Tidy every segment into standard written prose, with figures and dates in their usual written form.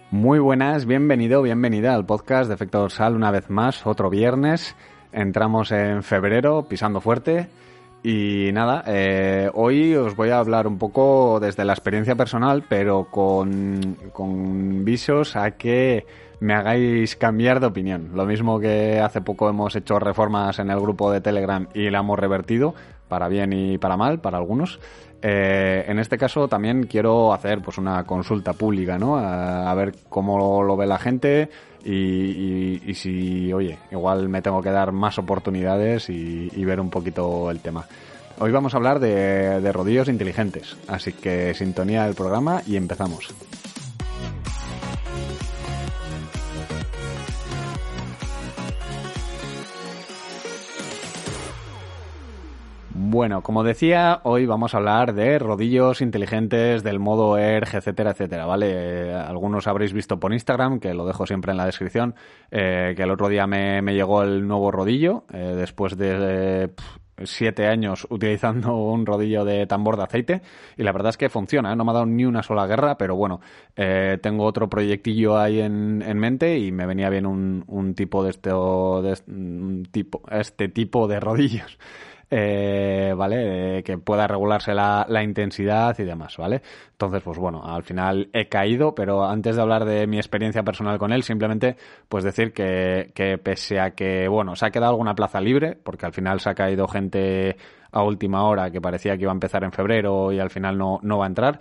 Muy buenas, bienvenida al podcast de Efecto Dorsal una vez más, otro viernes. Entramos en febrero, pisando fuerte. Y nada, hoy os voy a hablar un poco desde la experiencia personal, pero con visos a que me hagáis cambiar de opinión. Lo mismo que hace poco hemos hecho reformas en el grupo de Telegram y la hemos revertido, para bien y para mal, para algunos. En este caso también quiero hacer pues una consulta pública, ¿no? A ver cómo lo ve la gente y si, oye, igual me tengo que dar más oportunidades y ver un poquito el tema. Hoy vamos a hablar de rodillos inteligentes, así que sintonía del programa y empezamos. Bueno, como decía, hoy vamos a hablar de rodillos inteligentes del modo ERG, etcétera, etcétera, ¿vale? Algunos habréis visto por Instagram, que lo dejo siempre en la descripción, que el otro día me llegó el nuevo rodillo, después de 7 años utilizando un rodillo de tambor de aceite, y la verdad es que funciona, ¿eh? No me ha dado ni una sola guerra, pero bueno, tengo otro proyectillo ahí en mente y me venía bien un tipo este tipo de rodillos. ¿Vale? Que pueda regularse la intensidad y demás, ¿vale? Entonces, pues bueno, al final he caído, pero antes de hablar de mi experiencia personal con él, simplemente pues decir que pese a que, bueno, se ha quedado alguna plaza libre, porque al final se ha caído gente a última hora que parecía que iba a empezar en febrero y al final no va a entrar.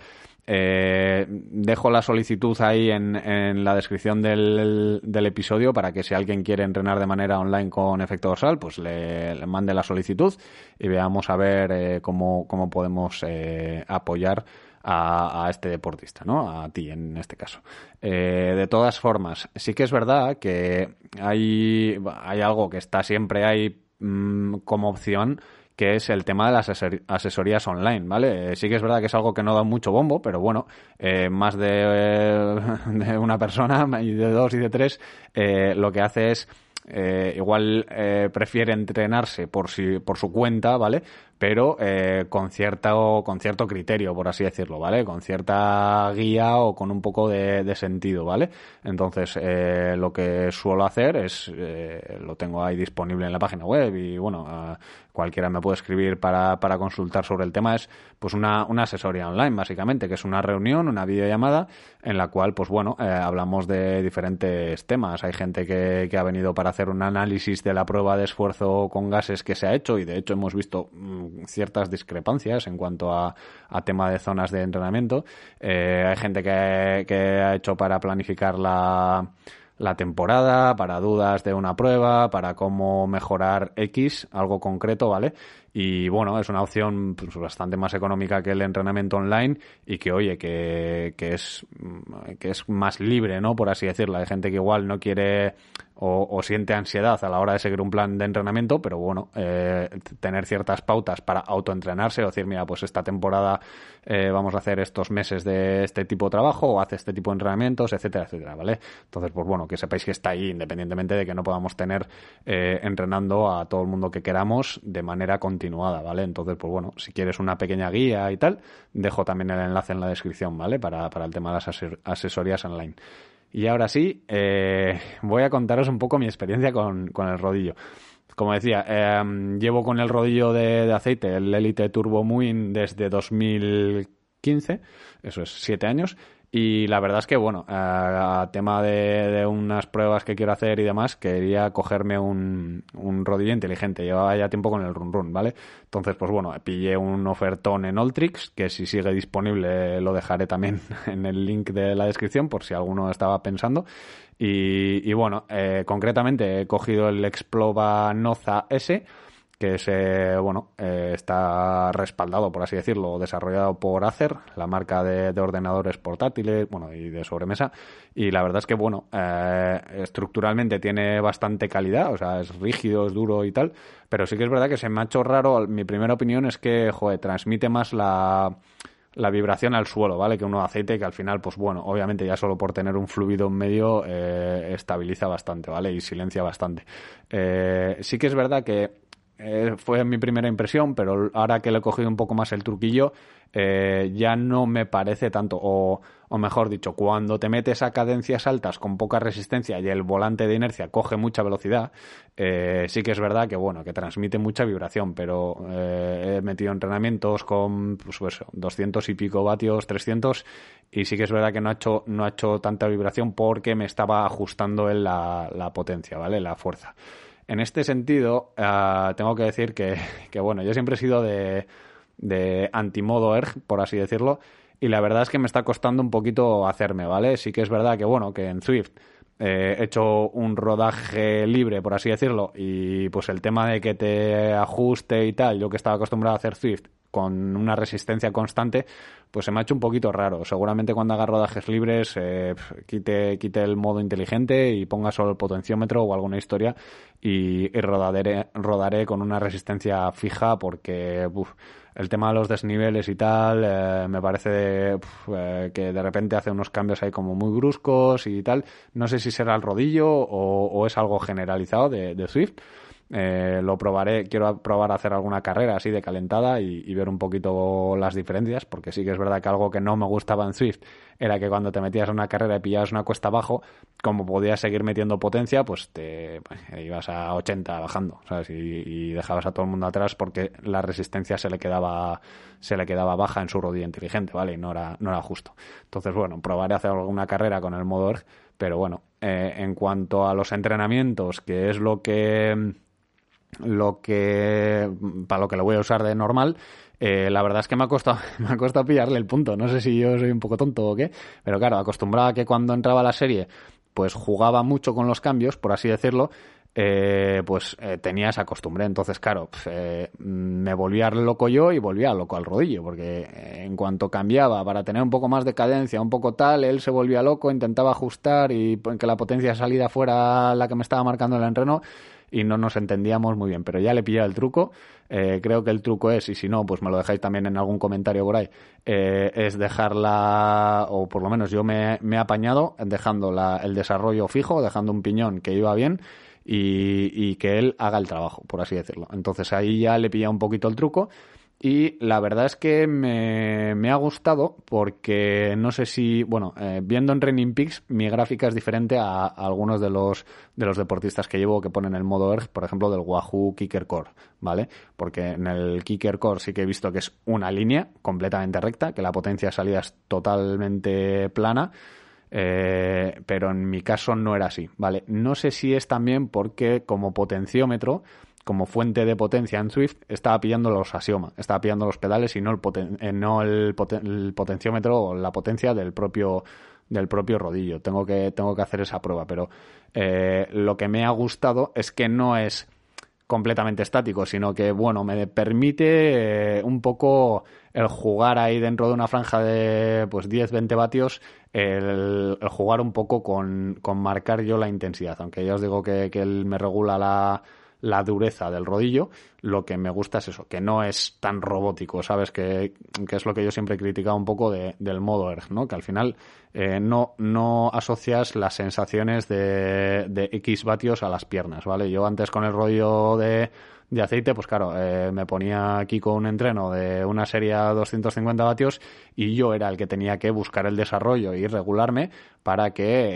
Dejo la solicitud ahí en la descripción del episodio para que si alguien quiere entrenar de manera online con Efecto Dorsal, pues le mande la solicitud y veamos a ver cómo podemos apoyar a este deportista, ¿no? A ti en este caso. De todas formas, sí que es verdad que hay algo que está siempre ahí como opción, que es el tema de las asesorías online, ¿vale? Sí que es verdad que es algo que no da mucho bombo, pero bueno, más de una persona, y de dos y de tres, lo que hace es igual prefiere entrenarse por su cuenta, ¿vale? Pero con cierto criterio, por así decirlo, ¿vale? Con cierta guía o con un poco de sentido, ¿vale? Entonces, lo que suelo hacer es, lo tengo ahí disponible en la página web y, bueno, cualquiera me puede escribir para consultar sobre el tema, es pues una asesoría online, básicamente, que es una reunión, una videollamada, en la cual, pues bueno, hablamos de diferentes temas. Hay gente que ha venido para hacer un análisis de la prueba de esfuerzo con gases que se ha hecho y, de hecho, hemos visto ciertas discrepancias en cuanto a tema de zonas de entrenamiento. Hay gente que ha hecho para planificar la temporada, para dudas de una prueba, para cómo mejorar X, algo concreto, ¿vale? Y bueno, es una opción pues bastante más económica que el entrenamiento online y que, oye, que es más libre, ¿no? Por así decirlo. Hay gente que igual no quiere o siente ansiedad a la hora de seguir un plan de entrenamiento, pero bueno, tener ciertas pautas para autoentrenarse o decir, mira, pues esta temporada vamos a hacer estos meses de este tipo de trabajo o hace este tipo de entrenamientos, etcétera, etcétera, ¿vale? Entonces, pues bueno, que sepáis que está ahí, independientemente de que no podamos tener entrenando a todo el mundo que queramos de manera continuada, ¿vale? Entonces, pues bueno, si quieres una pequeña guía y tal, dejo también el enlace en la descripción, ¿vale? Para el tema de las asesorías online. Y ahora sí, voy a contaros un poco mi experiencia con el rodillo. Como decía, llevo con el rodillo de aceite, el Elite Turbo Muin, desde 2015, eso es 7 años. Y la verdad es que, bueno, a tema de unas pruebas que quiero hacer y demás, quería cogerme un rodillo inteligente. Llevaba ya tiempo con el Run Run, ¿vale? Entonces, pues bueno, pillé un ofertón en Alltricks, que si sigue disponible lo dejaré también en el link de la descripción, por si alguno estaba pensando. Y bueno, concretamente he cogido el Explova Noza S, que es, está respaldado, por así decirlo, desarrollado por Acer, la marca de ordenadores portátiles, bueno, y de sobremesa, y la verdad es que, bueno, estructuralmente tiene bastante calidad, o sea, es rígido, es duro y tal, pero sí que es verdad que se me ha hecho raro. Mi primera opinión es que, joder, transmite más la vibración al suelo, ¿vale? Que uno de aceite, que al final, pues bueno, obviamente ya solo por tener un fluido en medio estabiliza bastante, ¿vale? Y silencia bastante. Sí que es verdad que fue mi primera impresión, pero ahora que le he cogido un poco más el truquillo, ya no me parece tanto, o mejor dicho, cuando te metes a cadencias altas con poca resistencia y el volante de inercia coge mucha velocidad, sí que es verdad que bueno, que transmite mucha vibración, pero he metido entrenamientos con pues 200 y pico vatios, 300, y sí que es verdad que no ha hecho tanta vibración porque me estaba ajustando en la potencia, ¿vale? La fuerza. En este sentido, tengo que decir que, bueno, yo siempre he sido de antimodo ERG, por así decirlo, y la verdad es que me está costando un poquito hacerme, ¿vale? Sí que es verdad que, bueno, que en Zwift he hecho un rodaje libre, por así decirlo, y pues el tema de que te ajuste y tal, yo que estaba acostumbrado a hacer Zwift con una resistencia constante, pues se me ha hecho un poquito raro. Seguramente cuando haga rodajes libres quite el modo inteligente y ponga solo el potenciómetro o alguna historia y rodaré con una resistencia fija porque el tema de los desniveles y tal me parece que de repente hace unos cambios ahí como muy bruscos y tal. No sé si será el rodillo o es algo generalizado de Zwift. Lo probaré, quiero probar a hacer alguna carrera así de calentada y ver un poquito las diferencias, porque sí que es verdad que algo que no me gustaba en Zwift era que cuando te metías en una carrera y pillabas una cuesta abajo, como podías seguir metiendo potencia, pues te ibas a 80 bajando, ¿sabes? Y dejabas a todo el mundo atrás porque la resistencia se le quedaba baja en su rodilla inteligente, ¿vale? Y no era justo. Entonces, bueno, probaré a hacer alguna carrera con el modo ERG, pero bueno, en cuanto a los entrenamientos, que es para lo que lo voy a usar de normal, la verdad es que me ha costado pillarle el punto. No sé si yo soy un poco tonto o qué, pero claro, acostumbraba a que cuando entraba a la serie pues jugaba mucho con los cambios, por así decirlo, tenía esa costumbre. Entonces, claro, me volvía loco yo y volvía loco al rodillo, porque en cuanto cambiaba para tener un poco más de cadencia, un poco tal, él se volvía loco, intentaba ajustar y que la potencia de salida fuera la que me estaba marcando el entreno, y no nos entendíamos muy bien, pero ya le pillé el truco. Creo que el truco es, y si no, pues me lo dejáis también en algún comentario por ahí, es dejarla, o por lo menos yo me he apañado dejando el desarrollo fijo, dejando un piñón que iba bien y que él haga el trabajo, por así decirlo. Entonces ahí ya le pillé un poquito el truco. Y la verdad es que me ha gustado porque no sé si, bueno, viendo en Training Peaks mi gráfica es diferente a algunos de los deportistas que llevo que ponen el modo ERG, por ejemplo, del Wahoo Kicker Core, ¿vale? Porque en el Kicker Core sí que he visto que es una línea completamente recta, que la potencia de salida es totalmente plana. Pero en mi caso no era así, ¿vale? No sé si es también porque como potenciómetro, como fuente de potencia en Zwift, estaba pillando los Axioma, estaba pillando los pedales y no el potenciómetro o la potencia del propio rodillo. Tengo que hacer esa prueba, pero lo que me ha gustado es que no es completamente estático, sino que, bueno, me permite un poco el jugar ahí dentro de una franja de pues 10-20 vatios, el jugar un poco con marcar yo la intensidad, aunque ya os digo que él me regula la dureza del rodillo. Lo que me gusta es eso, que no es tan robótico, ¿sabes? Que es lo que yo siempre he criticado un poco del modo ERG, ¿no? Que al final no asocias las sensaciones de X vatios a las piernas, ¿vale? Yo antes con el rodillo de aceite, pues claro, me ponía aquí con un entreno de una serie a 250 vatios y yo era el que tenía que buscar el desarrollo y regularme para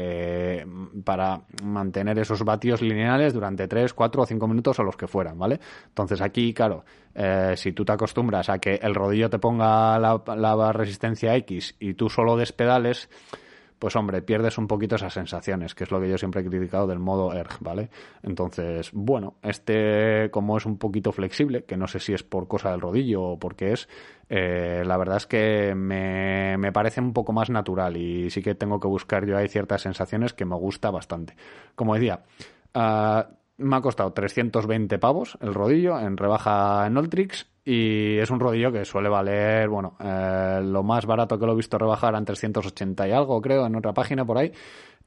mantener esos vatios lineales durante 3, 4 o 5 minutos o los que fueran, ¿vale? Entonces aquí, claro, si tú te acostumbras a que el rodillo te ponga la resistencia X y tú solo des pedales, pues hombre, pierdes un poquito esas sensaciones, que es lo que yo siempre he criticado del modo ERG, ¿vale? Entonces, bueno, como es un poquito flexible, que no sé si es por cosa del rodillo o por qué es, la verdad es que me parece un poco más natural y sí que tengo que buscar yo ahí ciertas sensaciones que me gusta bastante. Como decía, me ha costado 320 pavos el rodillo en rebaja en Alltricks y es un rodillo que suele valer, bueno, lo más barato que lo he visto rebajar eran 380 y algo, creo, en otra página por ahí.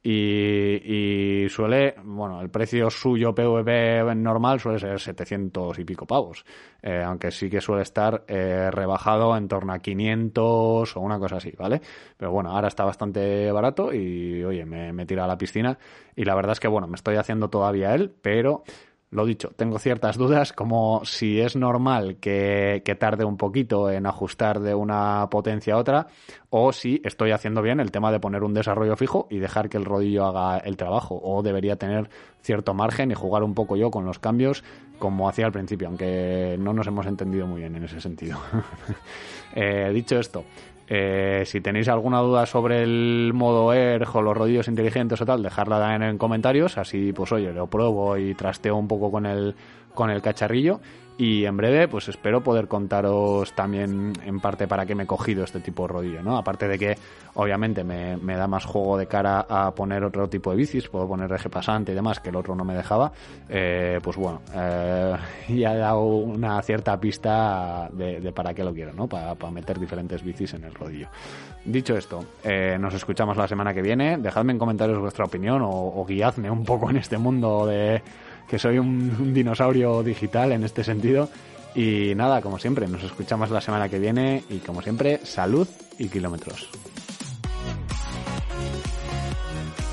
Y suele, bueno, el precio suyo PVP normal suele ser 700 y pico pavos, aunque sí que suele estar rebajado en torno a 500 o una cosa así, ¿vale? Pero bueno, ahora está bastante barato y, oye, me tira a la piscina y la verdad es que, bueno, me estoy haciendo todavía él, pero Lo dicho, tengo ciertas dudas, como si es normal que tarde un poquito en ajustar de una potencia a otra, o si estoy haciendo bien el tema de poner un desarrollo fijo y dejar que el rodillo haga el trabajo, o debería tener cierto margen y jugar un poco yo con los cambios como hacía al principio, aunque no nos hemos entendido muy bien en ese sentido. Dicho esto, si tenéis alguna duda sobre el modo ERG o los rodillos inteligentes o tal, dejadla también en comentarios, así pues oye, lo pruebo y trasteo un poco con el cacharrillo, y en breve pues espero poder contaros también en parte para qué me he cogido este tipo de rodillo, ¿no? Aparte de que obviamente me da más juego de cara a poner otro tipo de bicis, puedo poner eje pasante y demás que el otro no me dejaba, pues bueno, ya he dado una cierta pista de para qué lo quiero, ¿no? Para meter diferentes bicis en el rodillo. Dicho esto, nos escuchamos la semana que viene. Dejadme en comentarios vuestra opinión o guiadme un poco en este mundo de que soy un dinosaurio digital en este sentido. Y nada, como siempre, nos escuchamos la semana que viene y como siempre, salud y kilómetros.